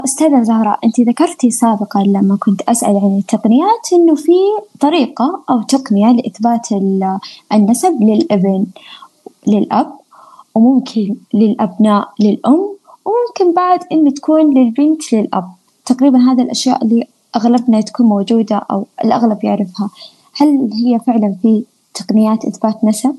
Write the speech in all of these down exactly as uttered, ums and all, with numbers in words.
أستاذة زهراء، أنت ذكرتي سابقا لما كنت أسأل عن التقنيات إنه في طريقة أو تقنية لإثبات ال- النسب للابن للأب، وممكن للأبناء للأم، وممكن بعد إن تكون للبنت للأب. تقريبا هذه الأشياء اللي أغلبنا تكون موجودة أو الأغلب يعرفها. هل هي فعلا في تقنيات إثبات نسب؟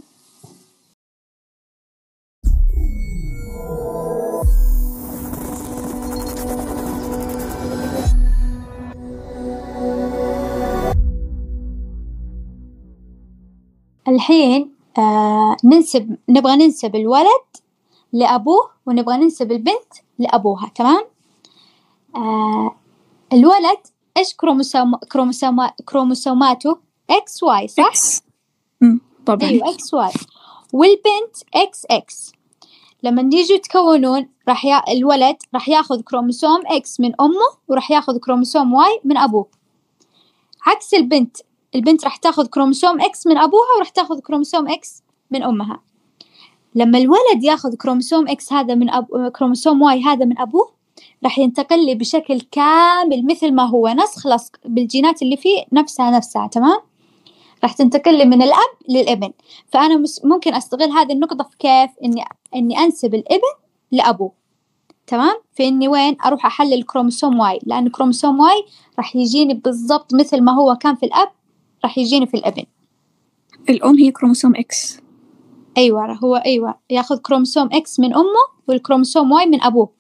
الحين آه ننسب نبغى ننسب الولد لأبوه ونبغى ننسب البنت لأبوها. تمام. آه الولد إيش كروموسوم كروموسوم كروموسوماته إكس واي صح؟ امم طبعا. أيوة إكس واي، والبنت إكس إكس. لما نيجي يتكونون راح يا الولد راح ياخذ كروموسوم إكس من أمه وراح ياخذ كروموسوم واي من أبوه. عكس البنت، البنت راح تاخذ كروموسوم إكس من أبوها وراح تاخذ كروموسوم إكس من أمها. لما الولد ياخذ كروموسوم إكس هذا من أب... كروموسوم واي هذا من أبوه، راح ينتقل لي بشكل كامل مثل ما هو، نسخ لصق بالجينات اللي فيه نفسها نفسها. تمام. راح تنتقل لي من الأب للابن. فأنا مس... ممكن أستغل هذه النقطة في كيف إني إني أنسب الابن لأبوه. تمام. في إني وين أروح أحلل كروموسوم واي، لأن كروموسوم واي راح يجيني بالضبط مثل ما هو كان في الأب راح يجيني في الابن. الأم هي كروموسوم إكس. أيوة هو أيوة ياخذ كروموسوم إكس من أمه والكروموسوم واي من أبوه.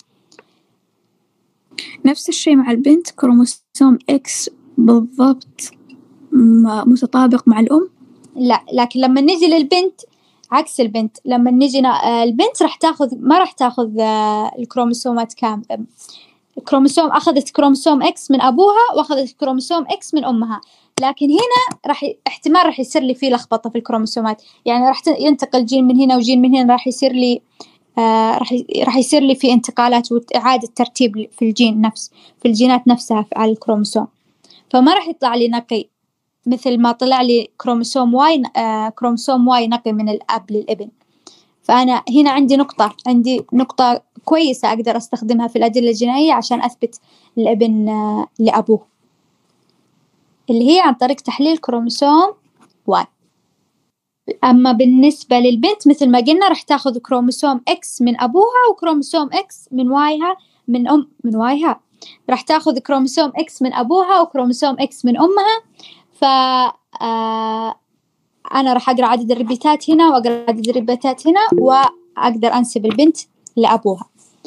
نفس الشيء مع البنت، كروموسوم إكس بالضبط متطابق مع الأم. لا، لكن لما نجي للبنت عكس البنت. لما نجي البنت راح تاخذ ما راح تاخذ الكروموسومات كام. الكروموسوم أخذت كروموسوم إكس من أبوها وأخذت كروموسوم إكس من أمها. لكن هنا راح احتمال راح يصير لي فيه لخبطة في الكروموسومات، يعني راح ينتقل جين من هنا وجين من هنا، راح يصير لي آه راح راح يصير لي في انتقالات وإعادة ترتيب في الجين نفس في الجينات نفسها على الكروموسوم. فما راح يطلع لي نقي مثل ما طلع لي كروموسوم واي آه كروموسوم واي نقي من الأب للابن. فأنا هنا عندي نقطة عندي نقطة كويسة أقدر أستخدمها في الأدلة الجنائية عشان أثبت الابن آه لأبوه، اللي هي عن طريق تحليل كروموسوم واي. أما بالنسبة للبنت مثل ما قلنا راح تاخذ كروموسوم إكس من أبوها وكروموسوم إكس من وايها من أم من وايها. راح تاخذ كروموسوم إكس من أبوها وكروموسوم إكس من أمها. ف آه أنا راح أقرأ عدد الريبيتات هنا وأقرأ عدد الريبيتات هنا وأقدر أنسب البنت لأبوها.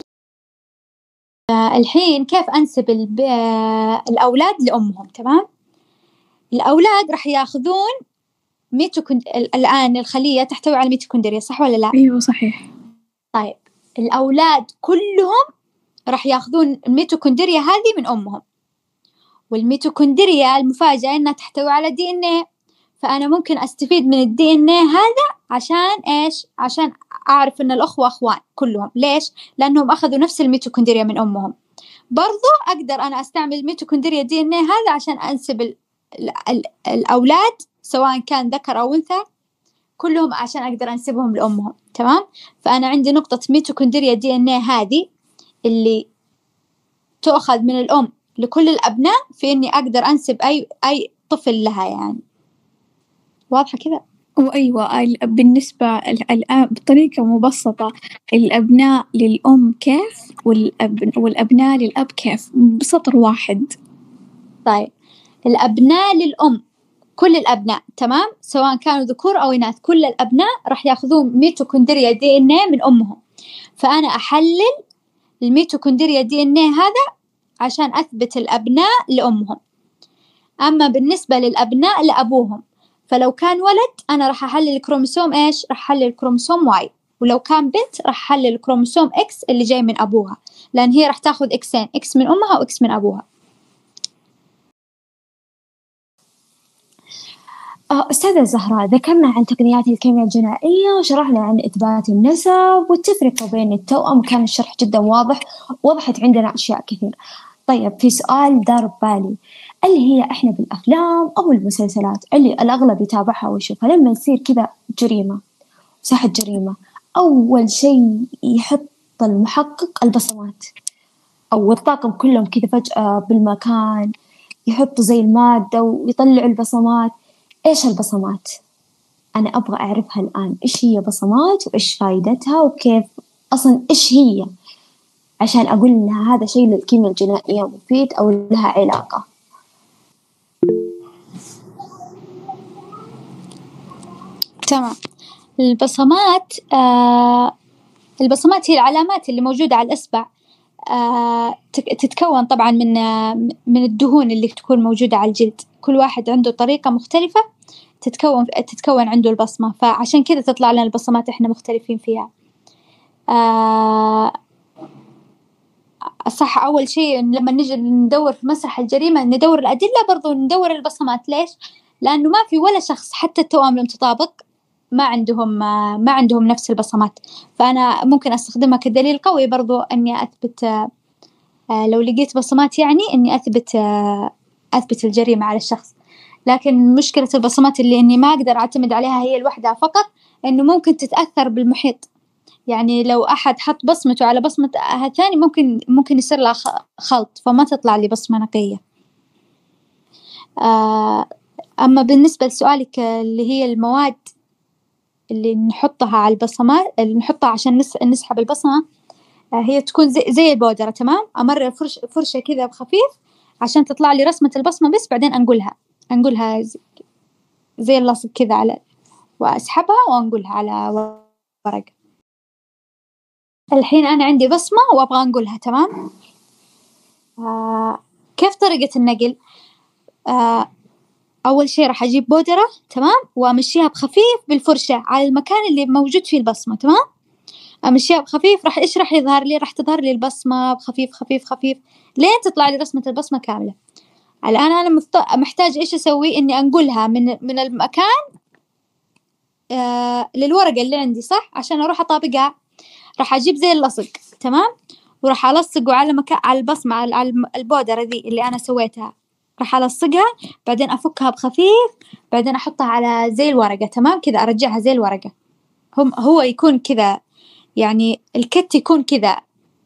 آه الحين كيف أنسب الب... آه الأولاد لأمهم. تمام. الأولاد راح ياخذون ميتوكوند... الآن الخلية تحتوي على ميتوكوندريا صح ولا لا؟ أيوة صحيح. طيب الأولاد كلهم راح ياخذون الميتوكوندريا هذه من أمهم، والميتوكوندريا المفاجأة إنها تحتوي على دي إن إيه. فأنا ممكن أستفيد من الدي إن إيه هذا عشان إيش؟ عشان أعرف إن الأخوة أخوان كلهم. ليش؟ لأنهم أخذوا نفس الميتوكوندريا من أمهم. برضو أقدر أنا أستعمل ميتوكوندريا دي إن إيه هذا عشان أنسب ال ال ال الأولاد سواء كان ذكر أو أنثى كلهم عشان أقدر أنسبهم لأمهم. تمام. فأنا عندي نقطة ميتوكوندريا دي إن إيه هذه اللي تؤخذ من الأم لكل الأبناء في إني أقدر أنسب أي أي طفل لها. يعني واضحة كذا؟ وأيوة بالنسبة الآن بطريقة مبسطة، الأبناء للأم كيف والأب والأبناء للأب كيف بسطر واحد. طيب الأبناء للأم كل الأبناء تمام سواء كانوا ذكور أو إناث، كل الأبناء راح يأخذون ميتوكوندريا دي إن إيه من أمهم. فأنا أحلل الميتوكوندريا دي إن إيه هذا عشان أثبت الأبناء لأمهم. أما بالنسبة للأبناء لأبوهم، فلو كان ولد أنا راح أحلل الكروموسوم إيش؟ راح أحلل الكروموسوم واي، ولو كان بنت راح أحلل الكروموسوم إكس اللي جاي من أبوها، لأن هي راح تاخذ إكسين، إكس من أمها وإكس من أبوها. أستاذة زهراء، ذكرنا عن تقنيات الكيمياء الجنائية وشرحنا عن إثبات النسب والتفرقة بين التوأم، وكان الشرح جدا واضح، وضحت عندنا أشياء كثير. طيب في سؤال دار ببالي، اللي هي إحنا بالأفلام أو المسلسلات اللي الأغلب يتابعها ويشوفها لما يصير كذا جريمة ساحة جريمة، أول شيء يحط المحقق البصمات. أو الطاقم كلهم كذا فجأة بالمكان يحطوا زي المادة ويطلعوا البصمات. إيش البصمات؟ أنا أبغى أعرفها الآن، إيش هي بصمات وإيش فايدتها وكيف أصلا إيش هي، عشان أقول إنها هذا شيء للكيمياء الجنائية مفيد أو لها علاقة. تمام. البصمات آه البصمات هي العلامات اللي موجودة على الإصبع. آه تتكون طبعا من آه من الدهون اللي تكون موجودة على الجلد. كل واحد عنده طريقة مختلفة تتكون تتكون عنده البصمة، فعشان كذا تطلع لنا البصمات إحنا مختلفين فيها. آه صح. أول شيء لما نجي ندور في مسرح الجريمة ندور الأدلة، برضو ندور البصمات. ليش؟ لأنه ما في ولا شخص حتى التوأم المتطابق ما عندهم ما عندهم نفس البصمات، فأنا ممكن أستخدمها كدليل قوي برضو أني أثبت لو لقيت بصمات، يعني أني أثبت أثبت الجريمة على الشخص. لكن مشكلة البصمات اللي أني ما أقدر أعتمد عليها هي الوحدة فقط، أنه ممكن تتأثر بالمحيط. يعني لو أحد حط بصمته على بصمة ثاني ممكن ممكن يصير لها خلط، فما تطلع لي بصمة نقية. أما بالنسبة لسؤالك اللي هي المواد اللي نحطها على البصمات، اللي نحطها عشان نسحب البصمة، هي تكون زي, زي البودرة. تمام. أمرر فرش فرشة كذا بخفيف عشان تطلع لي رسمة البصمة بس، بعدين أنقلها أنقلها زي, زي اللصق كذا على، وأسحبها وأنقلها على ورقة. الحين أنا عندي بصمة وأبغى أنقلها. تمام. آه كيف طريقة النقل؟ آه أول شيء راح أجيب بودرة، تمام، وأمشيها بخفيف بالفرشة على المكان اللي موجود فيه البصمة. تمام. أمشيها بخفيف، راح إيش راح يظهر لي؟ راح تظهر لي البصمة بخفيف خفيف خفيف لين تطلع لي رسمة البصمة كاملة. الآن أنا محتاج إيش أسوي؟ إني أنقلها من من المكان آه للورقة اللي عندي، صح، عشان أروح أطابقها. راح أجيب زي اللصق، تمام، وراح ألصقه على مكان على البصمة، على البودرة ذي اللي أنا سويتها. راح ألصقها، بعدين أفكها بخفيف، بعدين أحطها على زي الورقة. تمام كذا، أرجعها زي الورقة. هم هو يكون كذا، يعني الكت يكون كذا،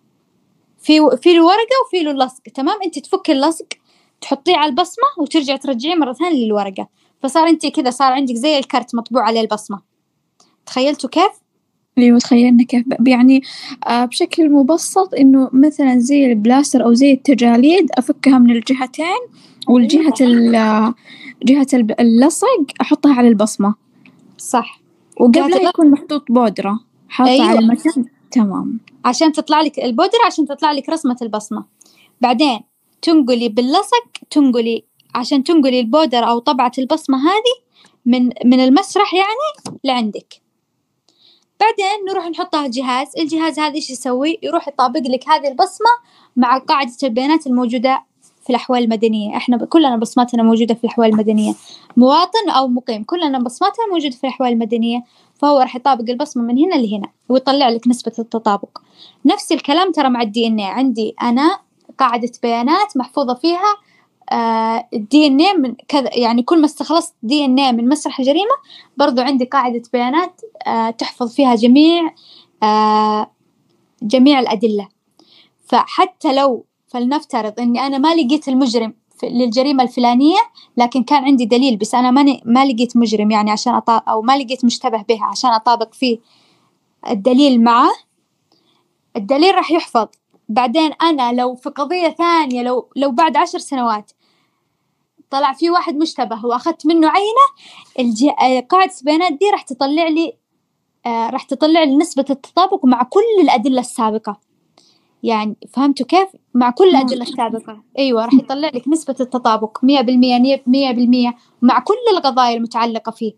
في في الورقة وفي له اللصق. تمام. أنت تفك اللصق تحطيه على البصمة وترجع ترجعيه مرة ثانية للورقة، فصار أنت كذا صار عندك زي الكرت مطبوع عليه البصمة. تخيلتوا كيف؟ أيوة تخيلنا كيف. يعني آه بشكل مبسط إنه مثلا زي البلاستر أو زي التجاليد أفكها من الجهتين، والجهة جهة اللصق أحطها على البصمة. صح. وقبلها يكون محطوط بودرة حاطة أيوة. على المكان. تمام. عشان تطلع لك البودرة، عشان تطلع لك رسمة البصمة. بعدين تنقلي باللصق، تنقلي عشان تنقلي البودرة أو طبعة البصمة هذه من من المسرح يعني لعندك. بعدين نروح نحطها الجهاز الجهاز هذا إيش يسوي؟ يروح يطابق لك هذه البصمة مع قاعدة البيانات الموجودة في الأحوال المدنية. إحنا كلنا بصماتنا موجودة في الأحوال المدنية، مواطن أو مقيم كلنا بصماتنا موجودة في الأحوال المدنية، فهو راح يطابق البصمة من هنا لهنا ويطلع لك نسبة التطابق. نفس الكلام ترى مع الدي إن إيه. عندي أنا قاعدة بيانات محفوظة فيها الدي إن إيه من كذا، يعني كل ما استخلصت دي إن إيه من مسرح جريمة برضو عندي قاعدة بيانات آه تحفظ فيها جميع آه جميع الأدلة. فحتى لو فلنفترض إني أنا ما لقيت المجرم للجريمة الفلانية، لكن كان عندي دليل بس أنا ما ما لقيت مجرم، يعني عشان أطابق أو ما لقيت مشتبه به عشان أطابق فيه الدليل معه، الدليل راح يحفظ. بعدين أنا لو في قضية ثانية، لو لو بعد عشر سنوات طلع في واحد مشتبه وأخذت منه عينة، الج... قاعدة البيانات دي راح تطلع لي آه راح تطلع لي نسبة التطابق مع كل الأدلة السابقة. يعني فهمتوا كيف؟ مع كل الأدلة السابقة. أيوة راح يطلع لك نسبة التطابق مية بالمية مية بالمية مع كل القضايا المتعلقة فيه.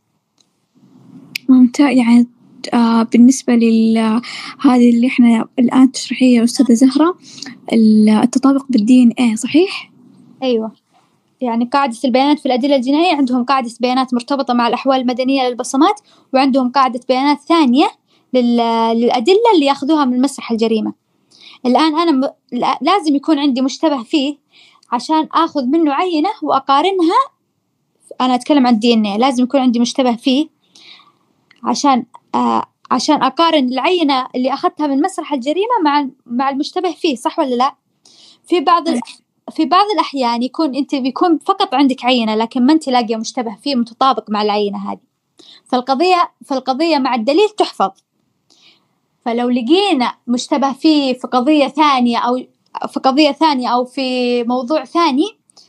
ممتاز. يعني آه بالنسبة لل هذه اللي إحنا الآن تشرحيه يا أستاذة زهرة، التطابق بالدي إن إيه صحيح؟ أيوة. يعني قاعدة البيانات في الأدلة الجنائية عندهم قاعدة بيانات مرتبطة مع الأحوال المدنية للبصمات، وعندهم قاعدة بيانات ثانية لل... للأدلة اللي يأخذوها من مسرح الجريمة. الآن أنا م... لازم يكون عندي مشتبه فيه عشان أخذ منه عينة وأقارنها. أنا أتكلم عن الدي إن إيه، لازم يكون عندي مشتبه فيه عشان آه... عشان أقارن العينة اللي أخذتها من مسرح الجريمة مع مع المشتبه فيه، صح ولا لا؟ في بعض ال... في بعض الأحيان يكون أنت بيكون فقط عندك عينة لكن ما أنت لاقية مشتبه فيه متطابق مع العينة هذه، فالقضية فالقضية مع الدليل تحفظ. فلو لقينا مشتبه فيه في قضية ثانية أو في قضية ثانية أو في موضوع ثاني،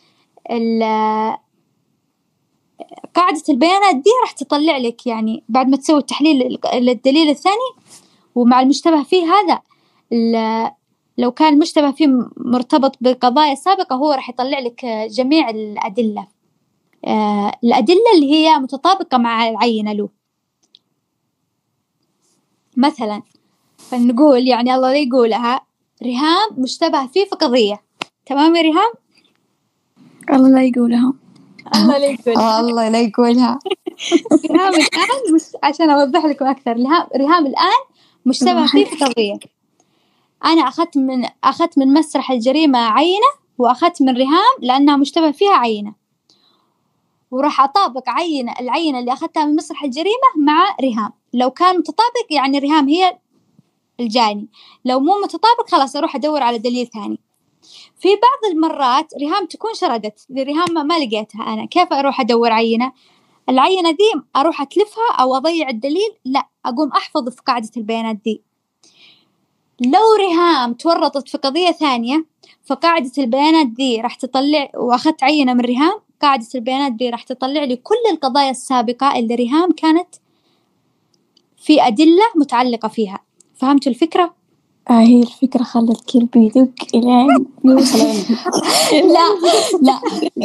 قاعدة البيانات دي راح تطلع لك يعني بعد ما تسوي التحليل للدليل الثاني ومع المشتبه فيه هذا، لو كان المشتبه فيه مرتبط بقضايا سابقة هو راح يطلع لك جميع الأدلة الأدلة اللي هي متطابقة مع العينة له. مثلا فنقول يعني الله لا يقولها، ريهام مشتبه فيه في قضية، تمام يا ريهام؟ الله لا يقولها. الله لا يقولها. الله لا يقولها. ريهام الآن مش... عشان أوضح لكم أكثر، ريهام ريهام الآن مشتبه فيه في قضية. أنا أخذت من أخذت من مسرح الجريمة عينة، وأخذت من ريهام لأنها مشتبه فيها عينة، وراح أطابق عينة العينة اللي أخذتها من مسرح الجريمة مع ريهام. لو كان متطابق يعني ريهام هي الجاني، لو مو متطابق خلاص أروح أدور على دليل ثاني. في بعض المرات ريهام تكون شردت، ريهام ما لقيتها، أنا كيف أروح أدور عينة؟ العينة دي أروح أتلفها أو أضيع الدليل؟ لا، أقوم أحفظ في قاعدة البيانات دي. لو ريهام تورطت في قضية ثانية فقاعدة البيانات دي راح تطلع، وأخذت عينة من ريهام، قاعدة البيانات دي راح تطلع لي كل القضايا السابقة اللي ريهام كانت في أدلة متعلقة فيها. فهمتوا الفكرة؟ آه هي الفكرة خلت كلبي يدق إلين يوصل عندي. لا لا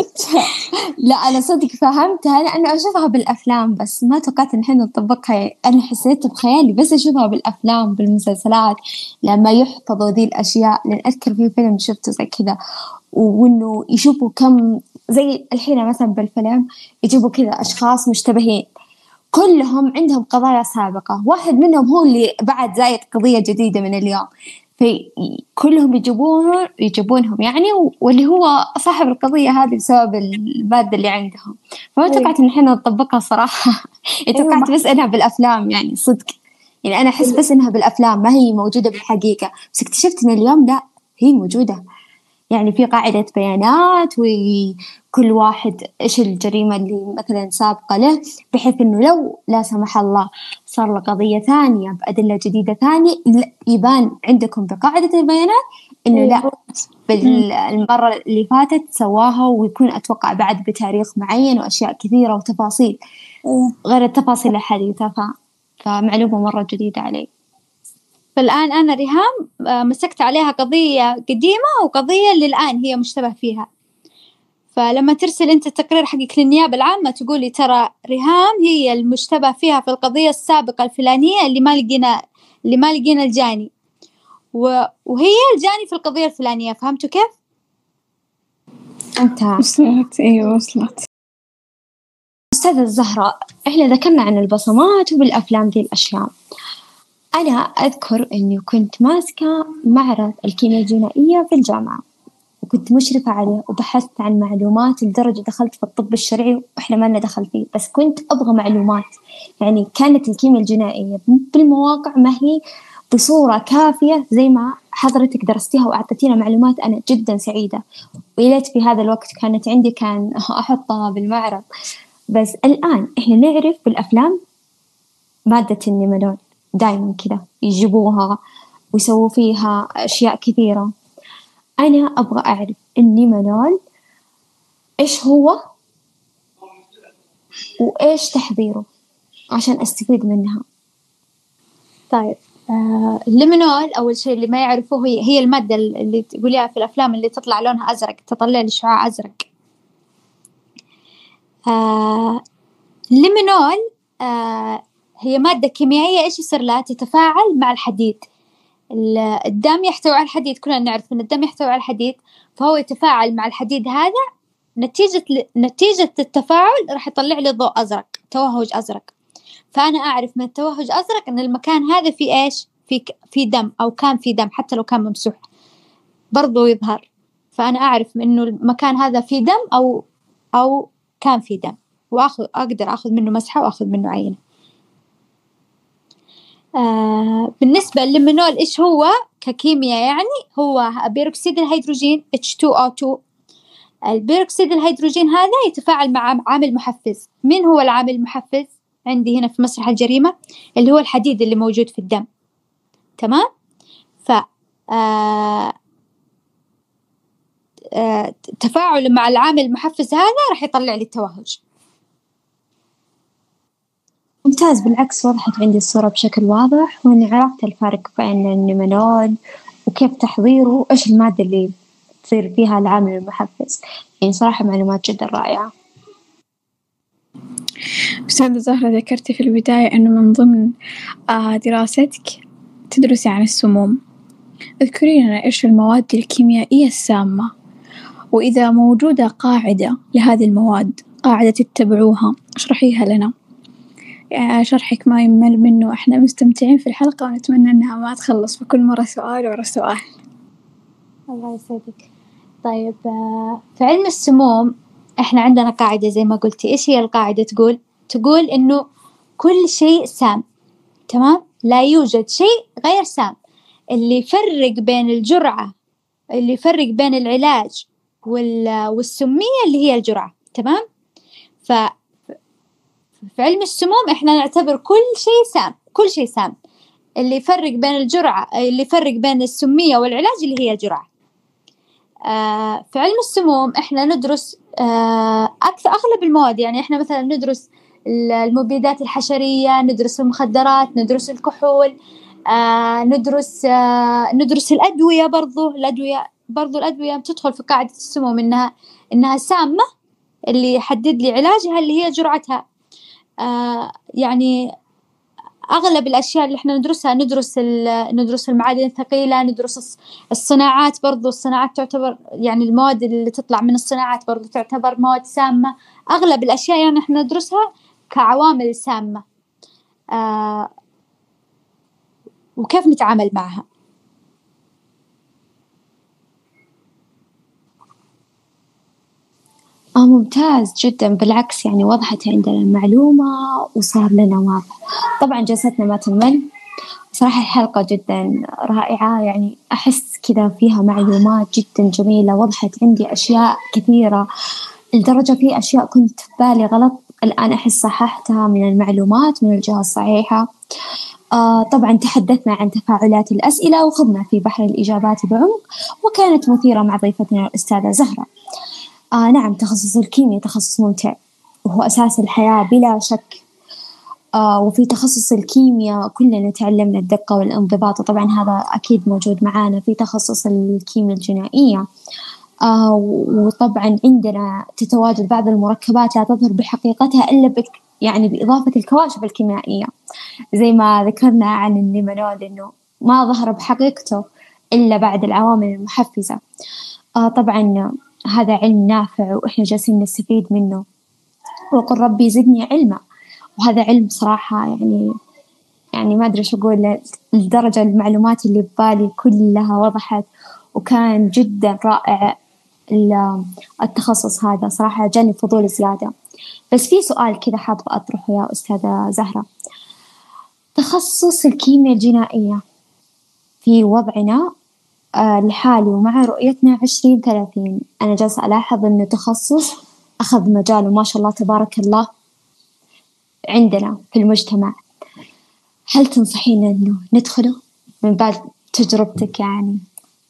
لا أنا صدق فهمتها لأنه أشوفها بالأفلام بس ما توقعت إن إحنا نطبقها. أنا حسيت بخيالي بس أشوفها بالأفلام بالمسلسلات لما يحفظوا ذي الأشياء. لأن أذكر في فيلم شفته زي كذا، وإنه يشوفوا كم زي الحين مثلا بالفيلم يجيبوا كذا أشخاص مشتبهين كلهم عندهم قضايا سابقة، واحد منهم هو اللي بعد زايد قضية جديدة من اليوم، في كلهم يجيبونه يجيبونهم يعني، واللي هو صاحب القضية هذه بسبب المادة اللي عندهم. فما توقعت إن إحنا نطبقها صراحة. توقعت بس إنها بالأفلام يعني صدق، يعني أنا أحس بس إنها بالأفلام ما هي موجودة بالحقيقة، بس اكتشفت إن اليوم لا هي موجودة. يعني في قاعدة بيانات وكل واحد إيش الجريمة اللي مثلا سابقة له، بحيث إنه لو لا سمح الله صار له قضية ثانية بأدلة جديدة ثانية يبان عندكم بقاعدة البيانات إنه لا بالمرة اللي فاتت سواها، ويكون أتوقع بعد بتاريخ معين وأشياء كثيرة وتفاصيل غير التفاصيل الحديثة. فمعلومة مرة جديدة علي. فالآن أنا ريهام مسكت عليها قضية قديمة وقضية اللي الآن هي مشتبه فيها، فلما ترسل أنت التقرير حقك للنيابة العامة تقولي ترى ريهام هي المشتبه فيها في القضية السابقة الفلانية اللي ما لقينا اللي ما لقينا الجاني، وهي الجاني في القضية الفلانية. فهمتوا كيف؟ أنت وصلت. أيوة وصلت. أستاذة الزهراء، إحنا ذكرنا عن البصمات وبالأفلام ذي الأشياء. أنا أذكر إني كنت ماسكة معرض الكيمياء الجنائية في الجامعة، وكنت مشرفة عليه وبحثت عن معلومات لدرجة دخلت في الطب الشرعي وإحنا ما لنا دخل فيه، بس كنت أبغى معلومات. يعني كانت الكيمياء الجنائية بالمواقع ما هي بصورة كافية زي ما حضرتك درستيها وأعطيتينا معلومات. أنا جدا سعيدة، ويليت في هذا الوقت كانت عندي كان أحطها بالمعرض. بس الآن إحنا نعرف بالأفلام مادة النيمالون دايما كذا يجيبوها ويسووا فيها أشياء كثيرة. أنا أبغى أعرف النيمالون إيش هو وإيش تحضيره عشان أستفيد منها. طيب آه، الليمينول أول شيء اللي ما يعرفوه هي هي المادة اللي تقوليها في الأفلام اللي تطلع لونها أزرق، تطلع لي شعاع أزرق. آه، الليمينول آه، هي مادة كيميائية إيش يصير لها؟ تتفاعل مع الحديد. الدم يحتوي على الحديد، كلنا نعرف إن الدم يحتوي على الحديد، فهو يتفاعل مع الحديد هذا. نتيجة نتيجة التفاعل راح يطلع لي ضوء أزرق، توهج أزرق. فأنا أعرف من التوهج أزرق إن المكان هذا فيه إيش؟ في في دم، أو كان في دم، حتى لو كان ممسوح برضو يظهر. فأنا أعرف إنه المكان هذا فيه دم أو أو كان فيه دم، وأخذ أقدر أخذ منه مسحة وأخذ منه عينة. آه بالنسبة للمنول إيش هو ككيمياء؟ يعني هو بيروكسيد الهيدروجين إتش تو أو تو. البيروكسيد الهيدروجين هذا يتفاعل مع عامل محفز. من هو العامل المحفز عندي هنا في مسرح الجريمة؟ اللي هو الحديد اللي موجود في الدم. تمام. ف آه آه تفاعل مع العامل المحفز هذا راح يطلع لي التوهج. ممتاز، بالعكس وضحت عندي الصورة بشكل واضح، وإني عرفت الفرق بين النيمانول وكيف تحضيره وإيش المادة اللي تصير فيها العامل المحفز. يعني صراحة معلومات جدا رائعة. أستاذة زهرة، ذكرتي في البداية أنه من ضمن دراستك تدرسي عن السموم. اذكري لنا إيش المواد الكيميائية السامة، وإذا موجودة قاعدة لهذه المواد، قاعدة تتبعوها، اشرحيها لنا. يعني شرحك ما يمل منه، احنا مستمتعين في الحلقة ونتمنى انها ما تخلص، بكل مرة سؤال ورا سؤال. الله يسعدك. طيب في علم السموم احنا عندنا قاعدة زي ما قلتي. ايش هي القاعدة؟ تقول تقول انه كل شيء سام. تمام. لا يوجد شيء غير سام. اللي يفرق بين الجرعة، اللي يفرق بين العلاج والسمية اللي هي الجرعة. تمام. ف في علم السموم احنا نعتبر كل شيء سام، كل شيء سام. اللي يفرق بين الجرعة، اللي يفرق بين السمية والعلاج اللي هي الجرعة. آه في علم السموم احنا ندرس آه أكثر أغلب المواد. يعني احنا مثلا ندرس المبيدات الحشرية، ندرس المخدرات، ندرس الكحول، آه ندرس آه ندرس الأدوية. برضو الأدوية برضو الأدوية بتدخل في قاعدة السموم، إنها إنها سامة. اللي يحدد لي علاجها اللي هي جرعتها. آه يعني أغلب الأشياء اللي إحنا ندرسها، ندرس ندرس المعادن الثقيلة، ندرس الصناعات. برضو الصناعات تعتبر، يعني المواد اللي تطلع من الصناعات برضو تعتبر مواد سامة. أغلب الأشياء يعني إحنا ندرسها كعوامل سامة. آه وكيف نتعامل معها. آه ممتاز جدا، بالعكس يعني وضحت عندنا المعلومة وصار لنا واضح. طبعا جلستنا ما تمل، صراحة الحلقة جدا رائعة. يعني أحس كذا فيها معلومات جدا جميلة، وضحت عندي أشياء كثيرة لدرجة في أشياء كنت في بالي غلط الآن أحس صححتها من المعلومات من الجهة الصحيحة. آه طبعا تحدثنا عن تفاعلات الأسئلة وخضنا في بحر الإجابات بعمق، وكانت مثيرة مع ضيفتنا الأستاذة زهرة. آه نعم، تخصص الكيمياء تخصص ممتع وهو أساس الحياة بلا شك. آه وفي تخصص الكيمياء كلنا تعلمنا الدقة والانضباط، وطبعا هذا أكيد موجود معانا في تخصص الكيمياء الجنائية. آه وطبعا عندنا تتواجد بعض المركبات لا تظهر بحقيقتها إلا بك يعني بإضافة الكواشف الكيميائية، زي ما ذكرنا عن النيمانول إنه ما ظهر بحقيقته إلا بعد العوامل المحفزة. آه طبعا هذا علم نافع وإحنا جالسين نستفيد منه، وقل ربي زدني علما. وهذا علم صراحة يعني يعني ما أدري شو أقول، لدرجة المعلومات اللي ببالي كلها وضحت، وكان جدا رائع التخصص هذا. صراحة جاني فضول زيادة. بس في سؤال كذا حابة أطرحه يا أستاذة زهرة، تخصص الكيمياء الجنائية في وضعنا الحالي ومع رؤيتنا عشرين ثلاثين، أنا جالسة ألاحظ إنه تخصص أخذ مجاله ما شاء الله تبارك الله عندنا في المجتمع. هل تنصحين إنه ندخله من بعد تجربتك يعني؟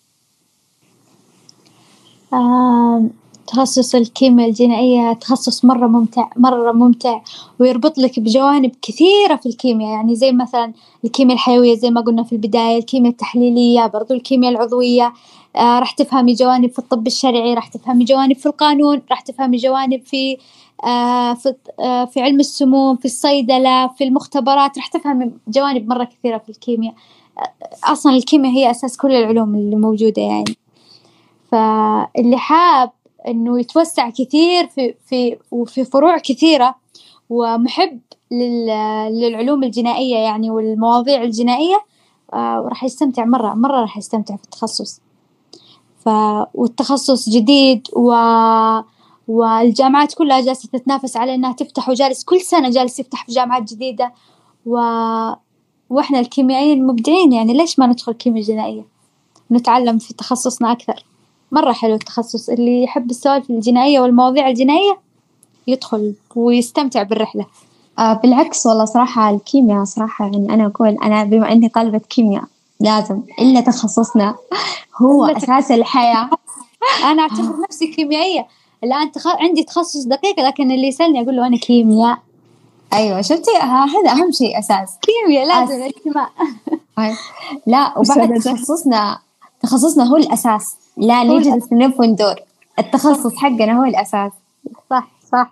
آه، تخصص الكيمياء الجنائية تخصص مرة ممتع، مرة ممتع، ويربط لك بجوانب كثيرة في الكيمياء. يعني زي مثلا الكيمياء الحيوية زي ما قلنا في البداية، الكيمياء التحليلية، برضو الكيمياء العضوية. آه، راح تفهمي جوانب في الطب الشرعي، راح تفهمي جوانب في القانون، راح تفهمي جوانب في آه في, آه في علم السموم، في الصيدلة، في المختبرات. راح تفهمي جوانب مرة كثيرة في الكيمياء. آه، أصلا الكيمياء هي أساس كل العلوم اللي موجودة يعني. فاللي حاب إنه يتوسع كثير في في وفي فروع كثيرة، ومحب للعلوم الجنائية يعني والمواضيع الجنائية، آه وراح يستمتع مرة مرة راح يستمتع في التخصص. ف والتخصص جديد، و والجامعات كلها جالسة تتنافس على إنها تفتح، وجالس كل سنة جالس يفتح في جامعات جديدة. و وإحنا الكيميائيين مبدعين، يعني ليش ما ندخل كيمياء جنائية نتعلم في تخصصنا أكثر؟ مرة حلو التخصص، اللي يحب السوالف الجنائية والمواضيع الجنائية يدخل ويستمتع بالرحلة. آه بالعكس والله صراحة الكيمياء صراحة يعني أنا أقول أنا بما إني طالبة كيمياء لازم إلا تخصصنا هو أساس الحياة. أنا أعتبر نفسي كيميائية الآن، تخ... عندي تخصص دقيق، لكن اللي يسألني أقول له أنا كيمياء. أيوة شفتي هذا أهم شيء أساس كيمياء لازم اجتماع. لا وبعد تخصصنا تخصصنا هو الأساس، لا نجلس نلف وندور، التخصص حقنا هو الأساس. صح صح.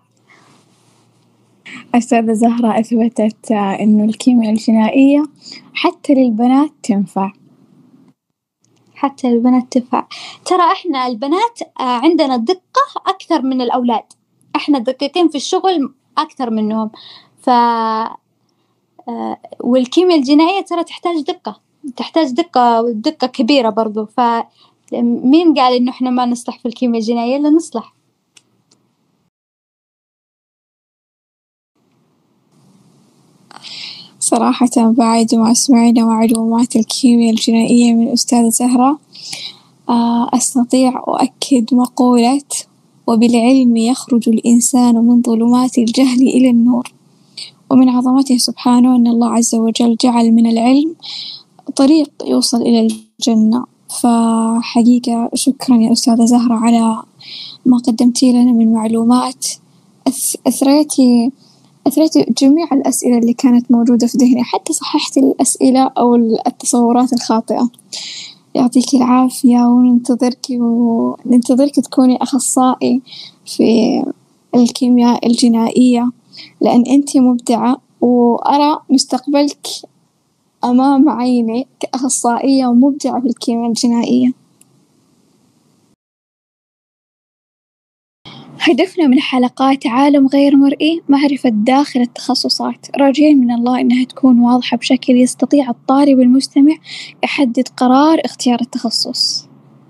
أستاذة زهرة أثبتت إنه الكيمياء الجنائية حتى للبنات تنفع. حتى البنات تنفع. ترى إحنا البنات عندنا دقة أكثر من الأولاد، إحنا دقيقين في الشغل أكثر منهم. ف والكيمياء الجنائية ترى تحتاج دقة، تحتاج دقة دقة كبيرة برضو. فمين قال إنه إحنا ما نصلح في الكيمياء الجنائية؟ لا نصلح. صراحة بعد ما سمعنا معلومات الكيمياء الجنائية من أستاذة زهرة أستطيع أؤكد مقولة وبالعلم يخرج الإنسان من ظلمات الجهل إلى النور. ومن عظمته سبحانه أن الله عز وجل جعل من العلم طريق يوصل إلى الجنة. فحقيقة شكرا يا أستاذة زهرة على ما قدمتي لنا من معلومات، أثريتي أثريتي جميع الأسئلة اللي كانت موجودة في ذهني، حتى صححتي الأسئلة أو التصورات الخاطئة. يعطيك العافية، وننتظرك وننتظرك تكوني أخصائي في الكيمياء الجنائية، لأن أنتي مبدعة، وأرى مستقبلك أمام عيني كأخصائية ومبدعة في الكيمياء الجنائية. هدفنا من حلقات عالم غير مرئي معرفة داخل التخصصات، راجين من الله إنها تكون واضحة بشكل يستطيع الطالب المستمع يحدد قرار اختيار التخصص.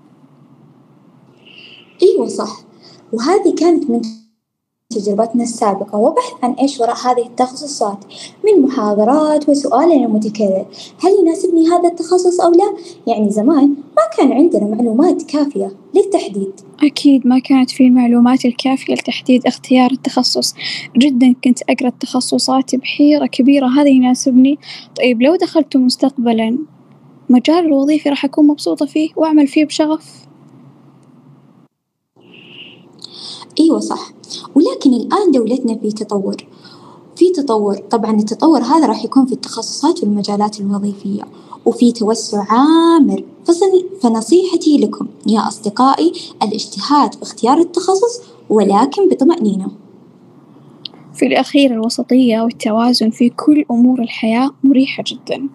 أيوة صح، وهذه كانت من تجربتنا السابقة وبحث عن إيش وراء هذه التخصصات من محاضرات وسؤالنا المتكرر، هل يناسبني هذا التخصص أو لا؟ يعني زمان ما كان عندنا معلومات كافية للتحديد. أكيد ما كانت في المعلومات الكافية لتحديد اختيار التخصص. جدا كنت أقرأ التخصصات بحيرة كبيرة، هذا يناسبني؟ طيب لو دخلت مستقبلا مجال الوظيفي راح أكون مبسوطة فيه وأعمل فيه بشغف. أيوة صح، ولكن الآن دولتنا في تطور في تطور طبعا التطور هذا راح يكون في التخصصات والمجالات الوظيفية، وفي توسع عامر. فنصيحتي لكم يا أصدقائي الاجتهاد في اختيار التخصص، ولكن بطمأنينة. في الأخير الوسطية والتوازن في كل أمور الحياة مريحة جدا.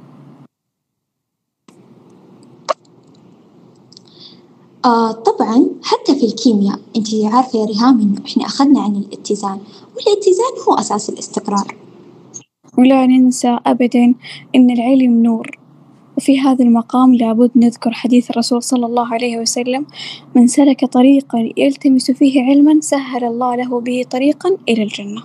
آه طبعا حتى في الكيمياء، انتي عارفة يا ريهام انه احنا اخذنا عن الاتزان، والاتزان هو اساس الاستقرار. ولا ننسى ابدا ان العلم نور. وفي هذا المقام لابد نذكر حديث الرسول صلى الله عليه وسلم: من سلك طريقا يلتمس فيه علما سهل الله له به طريقا الى الجنة.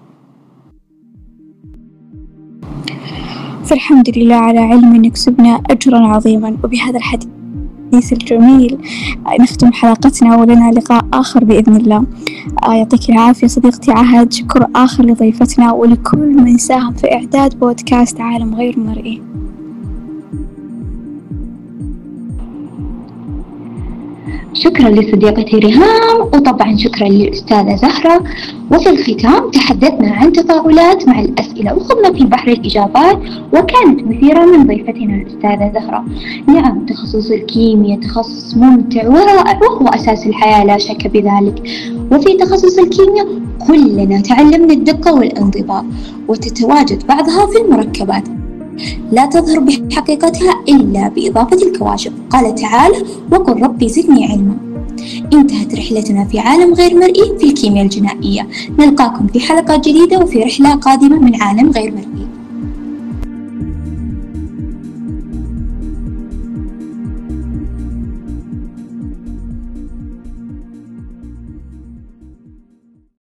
فالحمد لله على علم يكسبنا اجرا عظيما. وبهذا الحديث الجميل نختم حلقتنا، ولنا لقاء آخر بإذن الله. يعطيك العافية صديقتي عهد. شكر آخر لضيفتنا ولكل من ساهم في إعداد بودكاست عالم غير مرئي. شكرا لصديقتي ريهام، وطبعا شكرا للأستاذة زهرة. وفي الختام تحدثنا عن تفاعلات مع الأسئلة وخضنا في بحر الإجابات، وكانت مثيرة من ضيفتنا الأستاذة زهرة. نعم تخصص الكيمياء تخصص ممتع ورائع وهو أساس الحياة لا شك بذلك. وفي تخصص الكيمياء كلنا تعلمنا الدقة والانضباط، وتتواجد بعضها في المركبات لا تظهر بحقيقتها إلا بإضافة الكواشف. قال تعالى: وقل ربي زدني علما. انتهت رحلتنا في عالم غير مرئي في الكيمياء الجنائية. نلقاكم في حلقة جديدة وفي رحلة قادمة من عالم غير مرئي.